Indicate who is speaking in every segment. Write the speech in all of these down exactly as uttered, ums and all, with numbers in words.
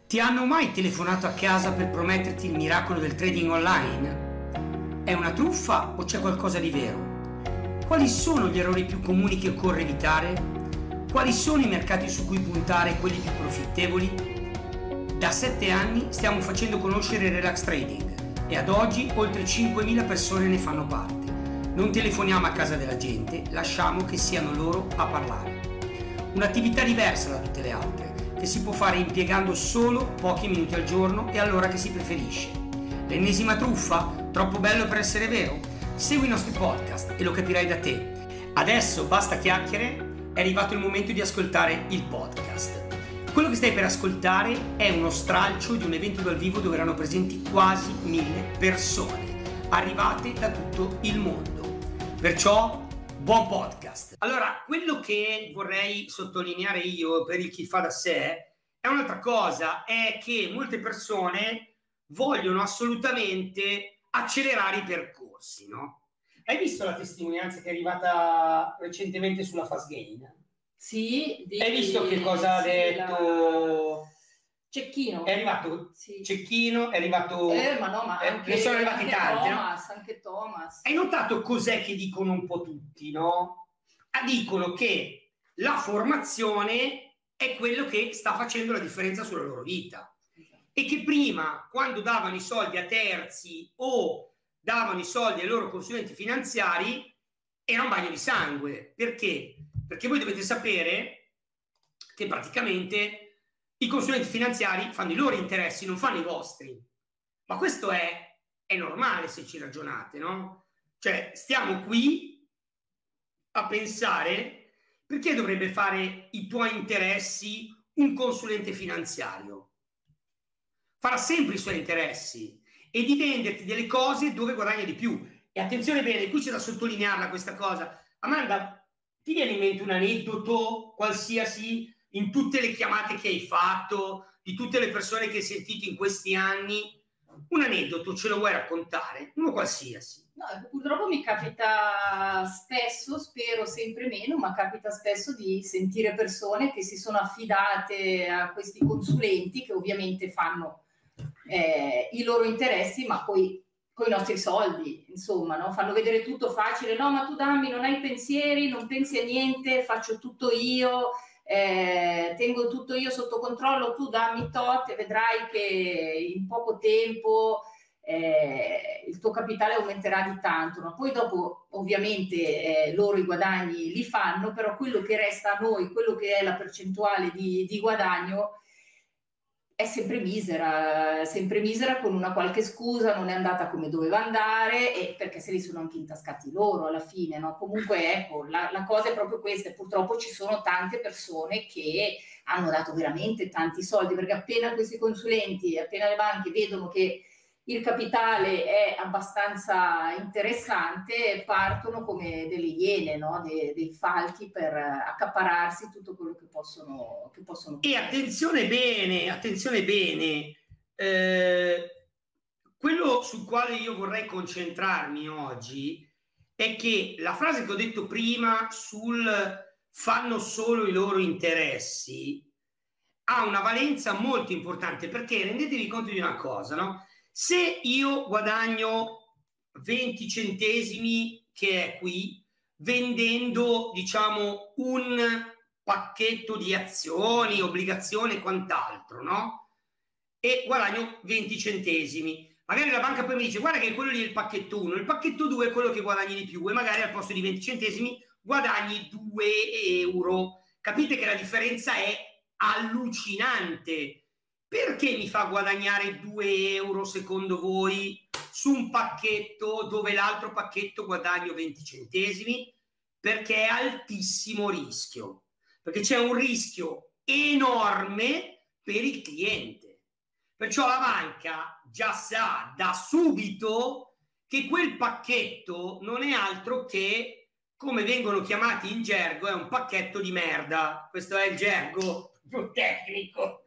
Speaker 1: Ti hanno mai telefonato a casa per prometterti il miracolo del trading online? È una truffa o c'è qualcosa di vero? Quali sono gli errori più comuni che occorre evitare? Quali sono i mercati su cui puntare e quelli più profittevoli? Da sette anni stiamo facendo conoscere il Relax Trading e ad oggi oltre cinquemila persone ne fanno parte. Non telefoniamo a casa della gente, lasciamo che siano loro a parlare. Un'attività diversa da tutte le altre, che si può fare impiegando solo pochi minuti al giorno e all'ora che si preferisce. L'ennesima truffa? Troppo bello per essere vero? Segui i nostri podcast e lo capirai da te. Adesso basta chiacchiere, è arrivato il momento di ascoltare il podcast. Quello che stai per ascoltare è uno stralcio di un evento dal vivo dove erano presenti quasi mille persone, arrivate da tutto il mondo. Perciò buon podcast. Allora, quello che vorrei sottolineare io per il chi fa da sé è un'altra cosa, è che molte persone vogliono assolutamente accelerare i percorsi, no? Hai visto la testimonianza che è arrivata recentemente sulla Fast Gain?
Speaker 2: Sì. Di...
Speaker 1: Hai visto che cosa ha
Speaker 2: sì,
Speaker 1: detto?
Speaker 2: La... Cecchino.
Speaker 1: È arrivato
Speaker 2: sì.
Speaker 1: Cecchino, è arrivato...
Speaker 2: Eh, ma no, ma
Speaker 1: eh,
Speaker 2: anche,
Speaker 1: ne sono arrivati
Speaker 2: anche
Speaker 1: tanti,
Speaker 2: Thomas,
Speaker 1: no?
Speaker 2: anche Thomas.
Speaker 1: Hai notato cos'è che dicono un po' tutti, no? Dicono che la formazione è quello che sta facendo la differenza sulla loro vita. E che prima, quando davano i soldi a terzi o davano i soldi ai loro consulenti finanziari, era un bagno di sangue. Perché? Perché voi dovete sapere che praticamente i consulenti finanziari fanno i loro interessi, non fanno i vostri. Ma questo è, è normale se ci ragionate, no? Cioè, stiamo qui a pensare perché dovrebbe fare i tuoi interessi un consulente finanziario. Farà sempre i suoi interessi e di venderti delle cose dove guadagna di più. E attenzione bene, qui c'è da sottolinearla questa cosa. Amanda, ti viene in mente un aneddoto qualsiasi in tutte le chiamate che hai fatto, di tutte le persone che hai sentito in questi anni? Un aneddoto, ce lo vuoi raccontare? Uno qualsiasi.
Speaker 2: No, purtroppo mi capita spesso, spero sempre meno, ma capita spesso di sentire persone che si sono affidate a questi consulenti che ovviamente fanno eh, i loro interessi, ma poi con i nostri soldi, insomma, no? Fanno vedere tutto facile, no, ma tu dammi, non hai pensieri, non pensi a niente, faccio tutto io, eh, tengo tutto io sotto controllo, tu dammi tot e vedrai che in poco tempo... Eh, il tuo capitale aumenterà di tanto, no? Poi dopo ovviamente eh, loro i guadagni li fanno, però quello che resta a noi, quello che è la percentuale di, di guadagno è sempre misera, sempre misera con una qualche scusa, non è andata come doveva andare e perché se li sono anche intascati loro alla fine, no? Comunque ecco, la, la cosa è proprio questa, purtroppo ci sono tante persone che hanno dato veramente tanti soldi, perché appena questi consulenti, appena le banche vedono che il capitale è abbastanza interessante, partono come delle iene, no? De, dei falchi per accapararsi tutto quello che possono, che possono
Speaker 1: e attenzione bene, attenzione bene, eh, quello sul quale io vorrei concentrarmi oggi è che la frase che ho detto prima sul fanno solo i loro interessi ha una valenza molto importante, perché rendetevi conto di una cosa, no? Se io guadagno venti centesimi, che è qui, vendendo, diciamo, un pacchetto di azioni, obbligazioni e quant'altro, no? E guadagno venti centesimi. Magari la banca poi mi dice, guarda che quello lì è il pacchetto uno, il pacchetto due è quello che guadagni di più e magari al posto di venti centesimi guadagni due euro. Capite che la differenza è allucinante. Perché mi fa guadagnare due euro secondo voi su un pacchetto dove l'altro pacchetto guadagno venti centesimi? Perché è altissimo rischio, perché c'è un rischio enorme per il cliente. Perciò la banca già sa da subito che quel pacchetto non è altro che, come vengono chiamati in gergo, è un pacchetto di merda. Questo è il gergo più tecnico.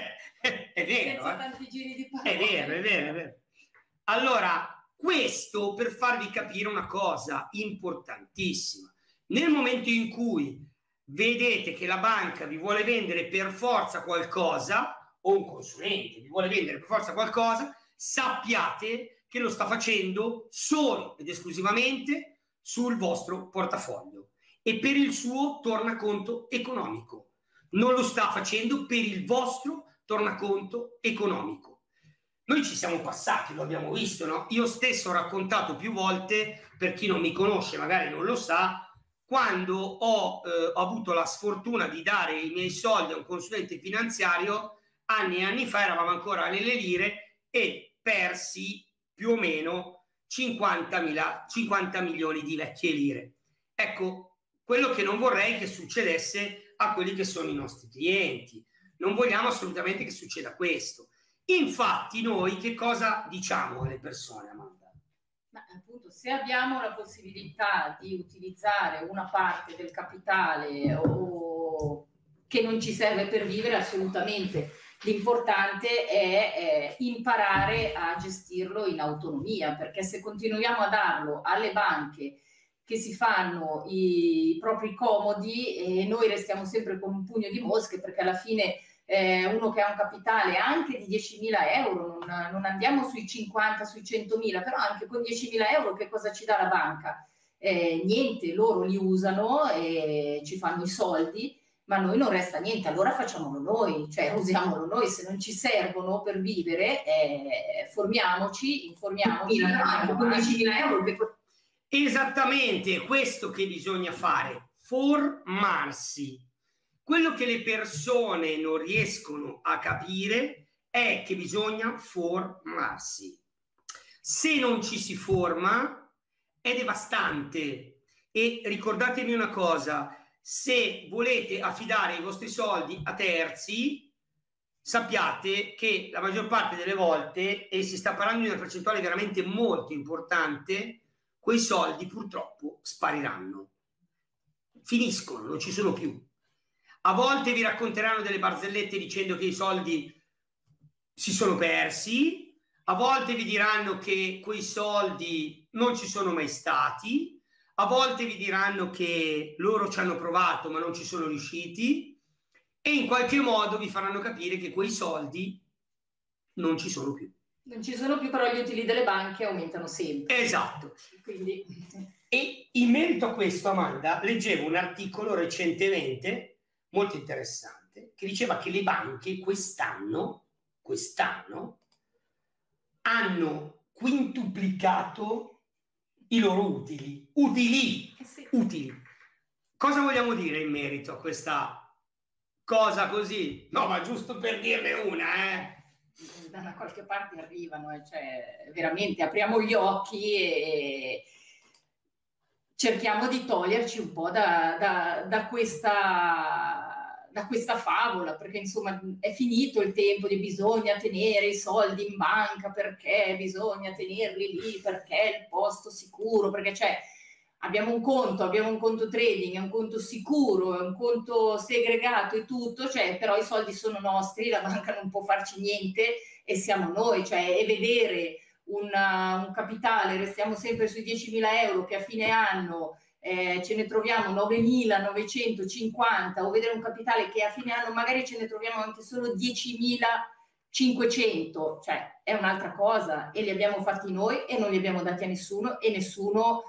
Speaker 1: È vero, eh?
Speaker 2: Tanti giri di parole.
Speaker 1: È vero, è vero, è vero. Allora, questo per farvi capire una cosa importantissima. Nel momento in cui vedete che la banca vi vuole vendere per forza qualcosa, o un consulente vi vuole vendere per forza qualcosa, sappiate che lo sta facendo solo ed esclusivamente sul vostro portafoglio e per il suo tornaconto economico. Non lo sta facendo per il vostro tornaconto economico. Noi ci siamo passati, lo abbiamo visto, no? Io stesso ho raccontato più volte, per chi non mi conosce magari non lo sa, quando ho, eh, ho avuto la sfortuna di dare i miei soldi a un consulente finanziario anni e anni fa, eravamo ancora nelle lire, e persi più o meno cinquanta milioni di vecchie lire. Ecco, quello che non vorrei che succedesse a quelli che sono i nostri clienti. Non vogliamo assolutamente che succeda questo. Infatti noi che cosa diciamo alle persone, Amanda?
Speaker 2: Ma appunto, se abbiamo la possibilità di utilizzare una parte del capitale o che non ci serve per vivere, assolutamente. L'importante è eh, imparare a gestirlo in autonomia, perché se continuiamo a darlo alle banche che si fanno i propri comodi, e noi restiamo sempre con un pugno di mosche, perché alla fine eh, uno che ha un capitale anche di diecimila euro, non, non andiamo sui cinquanta, sui centomila, però anche con diecimila euro che cosa ci dà la banca? Eh, niente, loro li usano e ci fanno i soldi, ma a noi non resta niente, allora facciamolo noi, cioè usiamolo noi, se non ci servono per vivere, eh, formiamoci, informiamoci, anche con diecimila euro. Che...
Speaker 1: Esattamente, è questo che bisogna fare, formarsi. Quello che le persone non riescono a capire è che bisogna formarsi. Se non ci si forma è devastante. E ricordatevi una cosa, se volete affidare i vostri soldi a terzi, sappiate che la maggior parte delle volte, e si sta parlando di una percentuale veramente molto importante, quei soldi purtroppo spariranno. Finiscono, non ci sono più. A volte vi racconteranno delle barzellette dicendo che i soldi si sono persi, a volte vi diranno che quei soldi non ci sono mai stati, a volte vi diranno che loro ci hanno provato ma non ci sono riusciti, e in qualche modo vi faranno capire che quei soldi non ci sono più.
Speaker 2: Non ci sono più, però gli utili delle banche aumentano sempre.
Speaker 1: Esatto.
Speaker 2: Quindi...
Speaker 1: E in merito a questo, Amanda, leggevo un articolo recentemente molto interessante che diceva che le banche quest'anno, quest'anno hanno quintuplicato i loro utili. Utili,
Speaker 2: eh sì.
Speaker 1: utili. Cosa vogliamo dire in merito a questa cosa così? No, ma giusto per dirne una, eh.
Speaker 2: Da una qualche parte arrivano, eh, cioè veramente apriamo gli occhi e cerchiamo di toglierci un po' da, da, da, questa, da questa favola, perché insomma è finito il tempo di bisogna tenere i soldi in banca perché bisogna tenerli lì, perché è il posto sicuro, perché cioè abbiamo un conto, abbiamo un conto trading, è un conto sicuro, è un conto segregato e tutto, cioè però i soldi sono nostri, la banca non può farci niente e siamo noi, cioè e vedere una, un capitale, restiamo sempre sui diecimila euro che a fine anno eh, ce ne troviamo novemilanovecentocinquanta, o vedere un capitale che a fine anno magari ce ne troviamo anche solo diecimilacinquecento, cioè è un'altra cosa, e li abbiamo fatti noi e non li abbiamo dati a nessuno e nessuno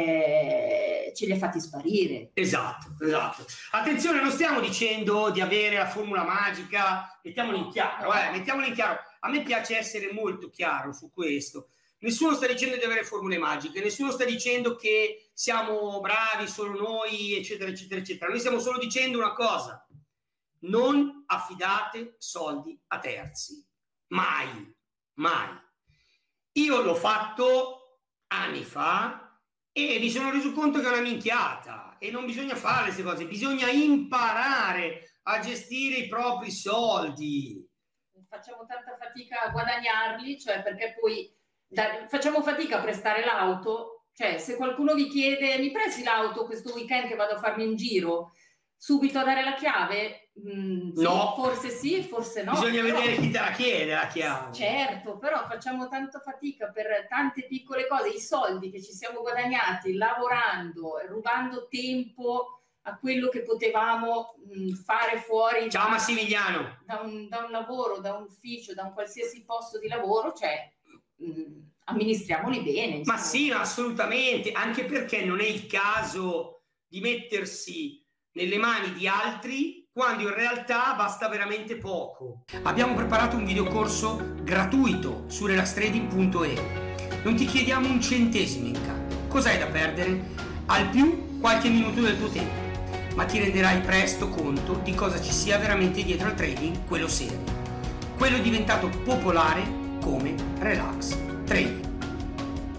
Speaker 2: Eh, ce li ha fatti sparire.
Speaker 1: Esatto, esatto. Attenzione, non stiamo dicendo di avere la formula magica, mettiamolo in chiaro, eh, mettiamolo in chiaro. A me piace essere molto chiaro su questo. Nessuno sta dicendo di avere formule magiche, nessuno sta dicendo che siamo bravi solo noi, eccetera, eccetera, eccetera. Noi stiamo solo dicendo una cosa: non affidate soldi a terzi. Mai, mai. Io l'ho fatto anni fa e mi sono reso conto che è una minchiata e non bisogna fare queste cose, bisogna imparare a gestire i propri soldi.
Speaker 2: Facciamo tanta fatica a guadagnarli, cioè perché poi da, facciamo fatica a prestare l'auto, cioè se qualcuno vi chiede mi presti l'auto questo weekend che vado a farmi un giro, subito a dare la chiave? Mm, sì,
Speaker 1: no,
Speaker 2: forse sì, forse no.
Speaker 1: Bisogna
Speaker 2: però,
Speaker 1: vedere chi te la chiede la chiave.
Speaker 2: Certo, però facciamo tanta fatica per tante piccole cose, i soldi che ci siamo guadagnati lavorando, rubando tempo a quello che potevamo mh, fare fuori
Speaker 1: Ciao
Speaker 2: da,
Speaker 1: Massimiliano.
Speaker 2: Da, un, da un lavoro, da un ufficio, da un qualsiasi posto di lavoro, cioè mh, amministriamoli bene.
Speaker 1: Insomma. Ma sì, assolutamente, anche perché non è il caso di mettersi nelle mani di altri quando in realtà basta veramente poco. Abbiamo preparato un videocorso gratuito su relax trading punto e u. Non ti chiediamo un centesimo in cambio. Cos'hai da perdere? Al più qualche minuto del tuo tempo, ma ti renderai presto conto di cosa ci sia veramente dietro al trading, quello serio, quello diventato popolare come Relax Trading.